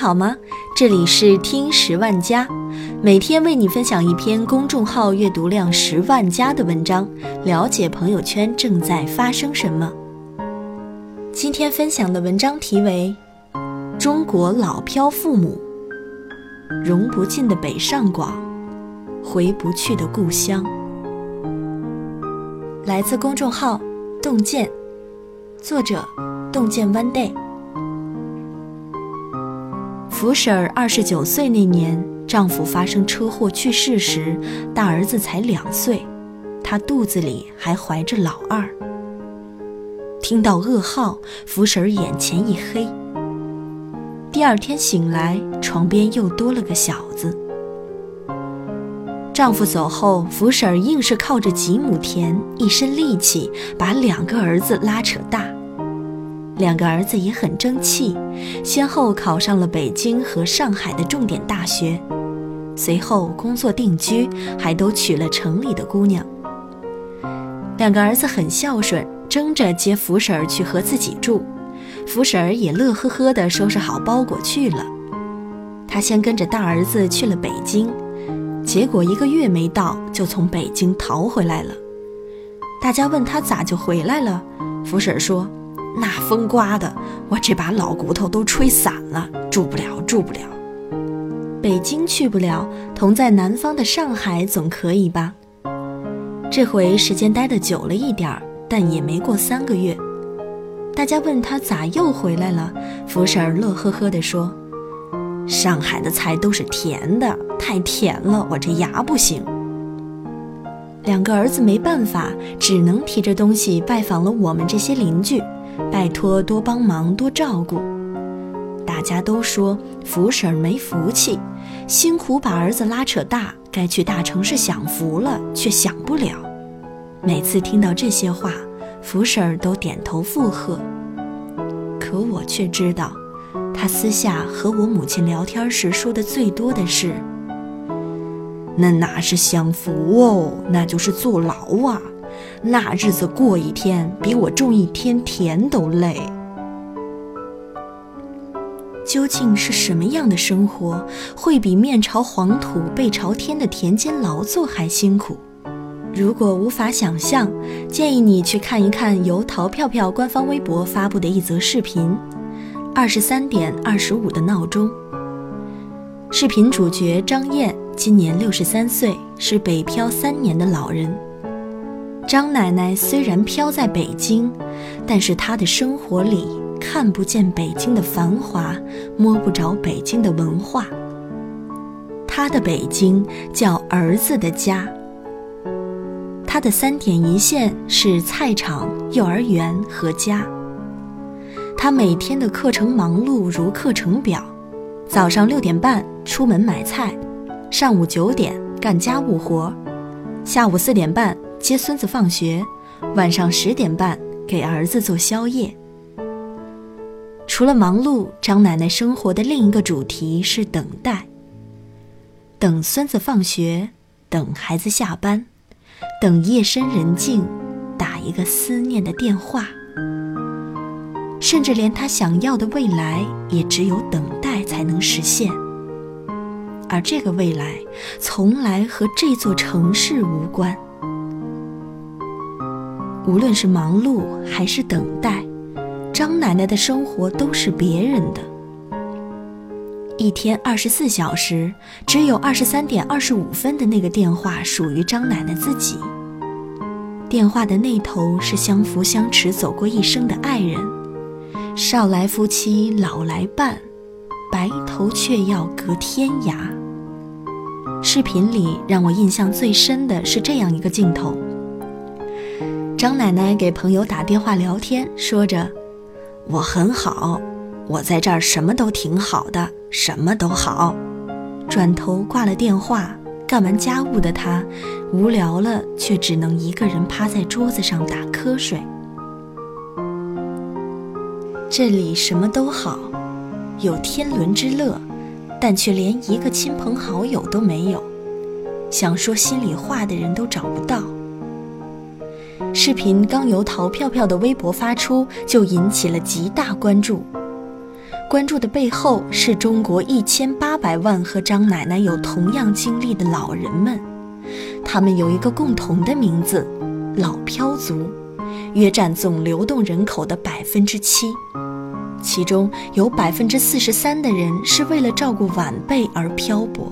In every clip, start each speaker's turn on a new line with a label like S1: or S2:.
S1: 好吗？这里是听10万加，每天为你分享一篇公众号阅读量10万加的文章，了解朋友圈正在发生什么。今天分享的文章题为中国老漂父母，融不进的北上广，回不去的故乡。来自公众号洞见，作者洞见 One Day。福婶儿29岁那年，丈夫发生车祸去世时，大儿子才2岁，她肚子里还怀着老二。听到噩耗，福婶儿眼前一黑。第二天醒来，床边又多了个小子。丈夫走后，福婶儿硬是靠着几亩田，一身力气把2个儿子拉扯大。2个儿子也很争气，先后考上了北京和上海的重点大学，随后工作定居，还都娶了城里的姑娘。2个儿子很孝顺，争着接福婶儿去和自己住，福婶儿也乐呵呵地收拾好包裹去了。她先跟着大儿子去了北京，结果1个月没到，就从北京逃回来了。大家问她咋就回来了，福婶儿说，那风刮的，我这把老骨头都吹散了，住不了。北京去不了，同在南方的上海总可以吧？这回时间待得久了一点，但也没过3个月。大家问他咋又回来了，福婶儿乐呵呵地说，上海的菜都是甜的，太甜了，我这牙不行。2个儿子没办法，只能提着东西拜访了我们这些邻居，拜托多帮忙多照顾。大家都说福婶儿没福气，辛苦把儿子拉扯大，该去大城市享福了，却享不了。每次听到这些话，福婶儿都点头附和。可我却知道，她私下和我母亲聊天时说的最多的是，那哪是享福哦，那就是坐牢啊，那日子过一天比我种1天田都累。究竟是什么样的生活会比面朝黄土背朝天的田间劳作还辛苦？如果无法想象，建议你去看一看由淘票票官方微博发布的一则视频，23点25的闹钟。视频主角张燕今年63岁，是北漂3年的老人。张奶奶虽然漂在北京，但是她的生活里看不见北京的繁华，摸不着北京的文化。她的北京叫儿子的家。她的3点一线是菜场、幼儿园和家。她每天的课程忙碌如课程表，早上6点半出门买菜，上午9点干家务活，下午4点半接孙子放学，晚上10点半给儿子做宵夜。除了忙碌，张奶奶生活的另一个主题是等待。等孙子放学，等孩子下班，等夜深人静，打一个思念的电话。甚至连她想要的未来，也只有等待才能实现。而这个未来，从来和这座城市无关。无论是忙碌还是等待，张奶奶的生活都是别人的。一天24小时，只有23点25分的那个电话属于张奶奶自己。电话的那头是相扶相持走过一生的爱人，少来夫妻老来伴，白头却要隔天涯。视频里让我印象最深的是这样一个镜头，张奶奶给朋友打电话聊天，说着，我很好，我在这儿什么都挺好的，什么都好。转头挂了电话，干完家务的她无聊了，却只能一个人趴在桌子上打瞌睡。这里什么都好，有天伦之乐，但却连一个亲朋好友都没有，想说心里话的人都找不到。视频刚由淘票票的微博发出，就引起了极大关注。 关注的背后是中国1800万和张奶奶有同样经历的老人们，他们有一个共同的名字——老漂族，约占总流动人口的7%，其中有43%的人是为了照顾晚辈而漂泊。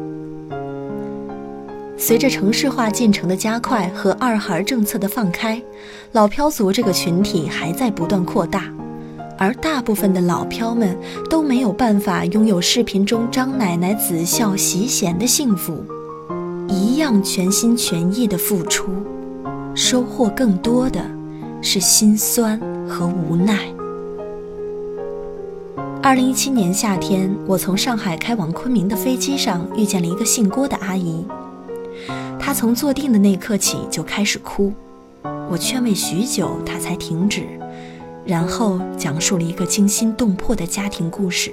S1: 随着城市化进程的加快和二孩政策的放开，老漂族这个群体还在不断扩大，而大部分的老漂们都没有办法拥有视频中张奶奶子孝媳贤的幸福，一样全心全意的付出，收获更多的是心酸和无奈。2017年夏天，我从上海开往昆明的飞机上遇见了一个姓郭的阿姨，她从坐定的那刻起就开始哭，我劝慰许久她才停止，然后讲述了一个惊心动魄的家庭故事。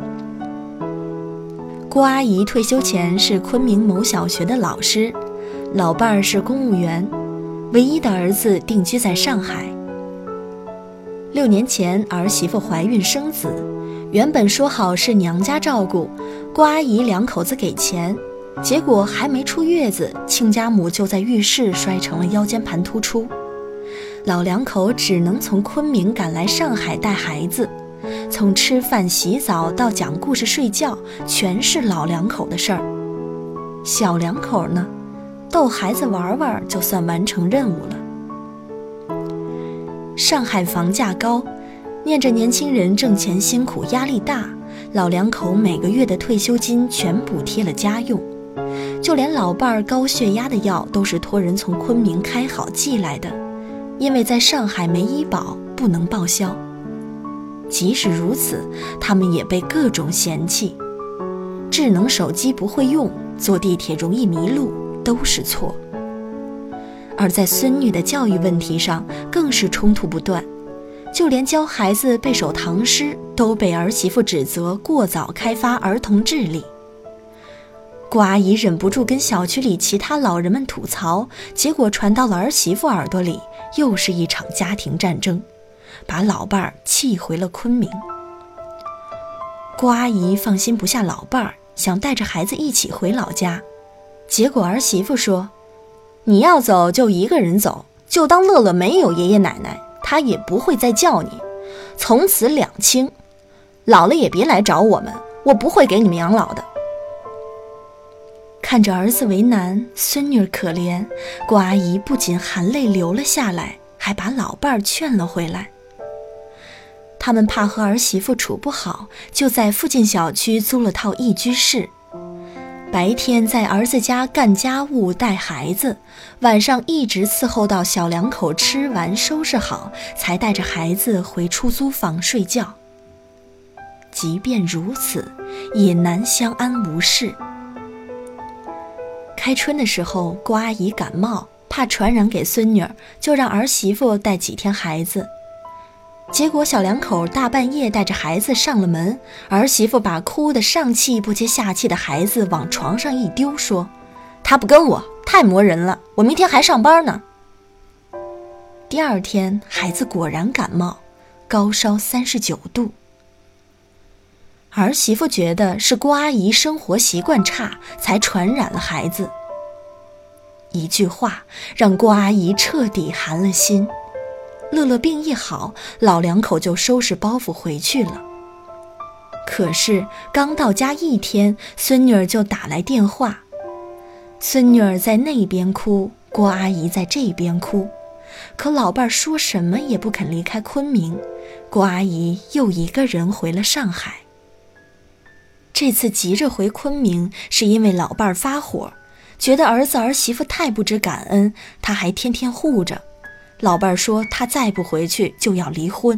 S1: 郭阿姨退休前是昆明某小学的老师，老伴儿是公务员，唯一的儿子定居在上海。6年前儿媳妇怀孕生子，原本说好是娘家照顾，郭阿姨2口子给钱，结果还没出月子，亲家母就在浴室摔成了腰间盘突出，老2口只能从昆明赶来上海带孩子，从吃饭洗澡到讲故事睡觉，全是老2口的事儿。小2口呢，逗孩子玩玩就算完成任务了。上海房价高，念着年轻人挣钱辛苦压力大，老2口每个月的退休金全补贴了家用，就连老伴儿高血压的药都是托人从昆明开好寄来的，因为在上海没医保不能报销。即使如此，他们也被各种嫌弃，智能手机不会用，坐地铁容易迷路，都是错。而在孙女的教育问题上更是冲突不断，就连教孩子背首唐诗都被儿媳妇指责过早开发儿童智力。郭阿姨忍不住跟小区里其他老人们吐槽，结果传到了儿媳妇耳朵里，又是一场家庭战争，把老伴儿气回了昆明。郭阿姨放心不下老伴儿，想带着孩子一起回老家，结果儿媳妇说，你要走就一个人走，就当乐乐没有爷爷奶奶，他也不会再叫你，从此两清，老了也别来找我们，我不会给你们养老的。看着儿子为难，孙女可怜，郭阿姨不仅含泪流了下来，还把老伴儿劝了回来。他们怕和儿媳妇处不好，就在附近小区租了套一居室，白天在儿子家干家务带孩子，晚上一直伺候到小两口吃完收拾好，才带着孩子回出租房睡觉。即便如此，也难相安无事。开春的时候，郭阿姨感冒，怕传染给孙女儿，就让儿媳妇带几天孩子。结果小两口大半夜带着孩子上了门，儿媳妇把哭得上气不接下气的孩子往床上一丢，说他不跟我，太磨人了，我明天还上班呢。第二天孩子果然感冒，高烧39度。儿媳妇觉得是郭阿姨生活习惯差，才传染了孩子。一句话让郭阿姨彻底寒了心。乐乐病一好，老两口就收拾包袱回去了。可是刚到家1天，孙女儿就打来电话。孙女儿在那边哭，郭阿姨在这边哭，可老伴说什么也不肯离开昆明，郭阿姨又一个人回了上海。这次急着回昆明，是因为老伴发火，觉得儿子儿媳妇太不知感恩，他还天天护着。老伴说他再不回去就要离婚。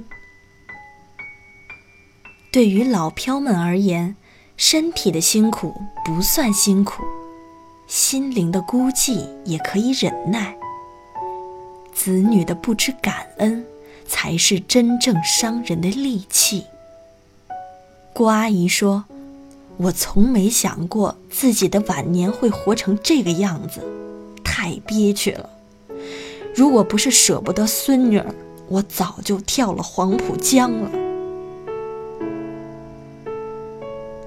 S1: 对于老漂们而言，身体的辛苦不算辛苦，心灵的孤寂也可以忍耐，子女的不知感恩才是真正伤人的利器。郭阿姨说，我从没想过自己的晚年会活成这个样子，太憋屈了。如果不是舍不得孙女儿，我早就跳了黄浦江了。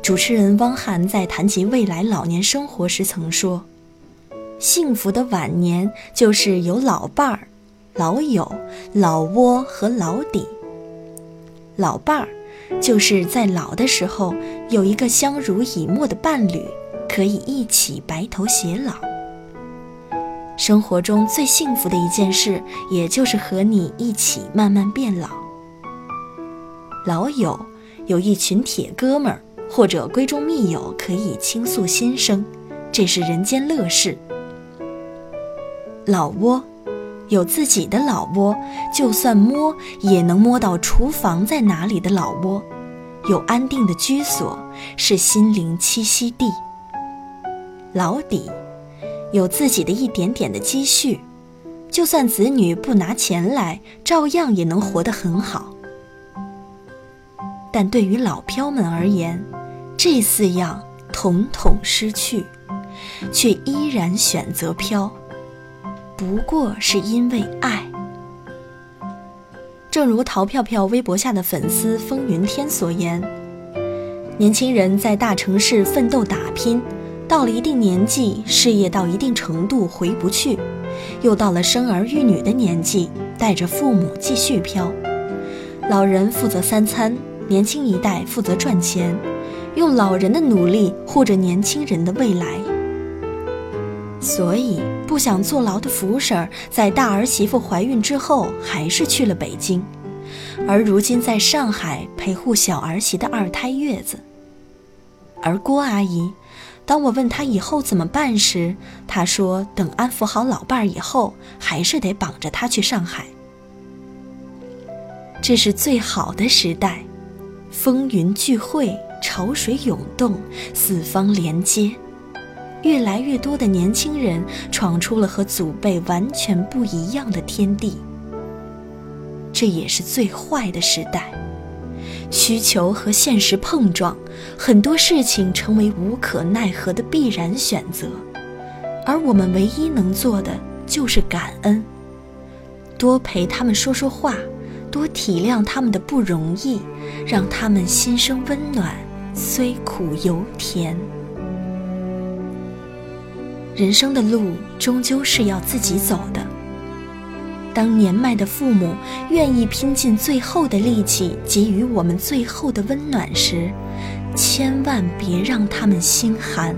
S1: 主持人汪涵在谈及未来老年生活时曾说，幸福的晚年就是有老伴儿、老友、老窝和老底。老伴儿就是在老的时候有一个相濡以沫的伴侣，可以一起白头偕老。生活中最幸福的一件事，也就是和你一起慢慢变老。老友有一群铁哥们儿或者闺中密友可以倾诉心声，这是人间乐事。老窝有自己的老窝，就算摸也能摸到厨房在哪里的老窝，有安定的居所，是心灵栖息地。老底有自己的一点点的积蓄，就算子女不拿钱来，照样也能活得很好。但对于老漂们而言，这4样统统失去，却依然选择漂，不过是因为爱。正如陶票票微博下的粉丝风云天所言，年轻人在大城市奋斗打拼，到了一定年纪，事业到一定程度回不去，又到了生儿育女的年纪，带着父母继续漂。老人负责3餐，年轻一代负责赚钱，用老人的努力护着年轻人的未来。所以不想坐牢的福婶儿在大儿媳妇怀孕之后还是去了北京，而如今在上海陪护小儿媳的2胎月子。而郭阿姨，当我问她以后怎么办时，她说等安抚好老伴儿以后，还是得绑着她去上海。这是最好的时代，风云聚会，潮水涌动，四方连接，越来越多的年轻人闯出了和祖辈完全不一样的天地。这也是最坏的时代，需求和现实碰撞，很多事情成为无可奈何的必然选择，而我们唯一能做的就是感恩，多陪他们说说话，多体谅他们的不容易，让他们心生温暖，虽苦犹甜。人生的路终究是要自己走的，当年迈的父母愿意拼尽最后的力气给予我们最后的温暖时，千万别让他们心寒。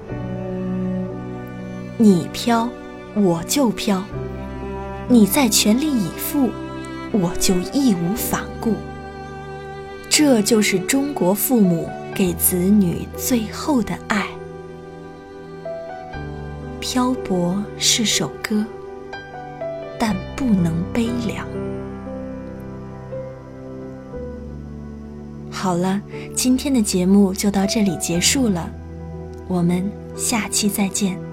S1: 你飘，我就飘；你在全力以赴，我就义无反顾。这就是中国父母给子女最后的爱。漂泊是首歌，但不能悲凉。好了，今天的节目就到这里结束了，我们下期再见。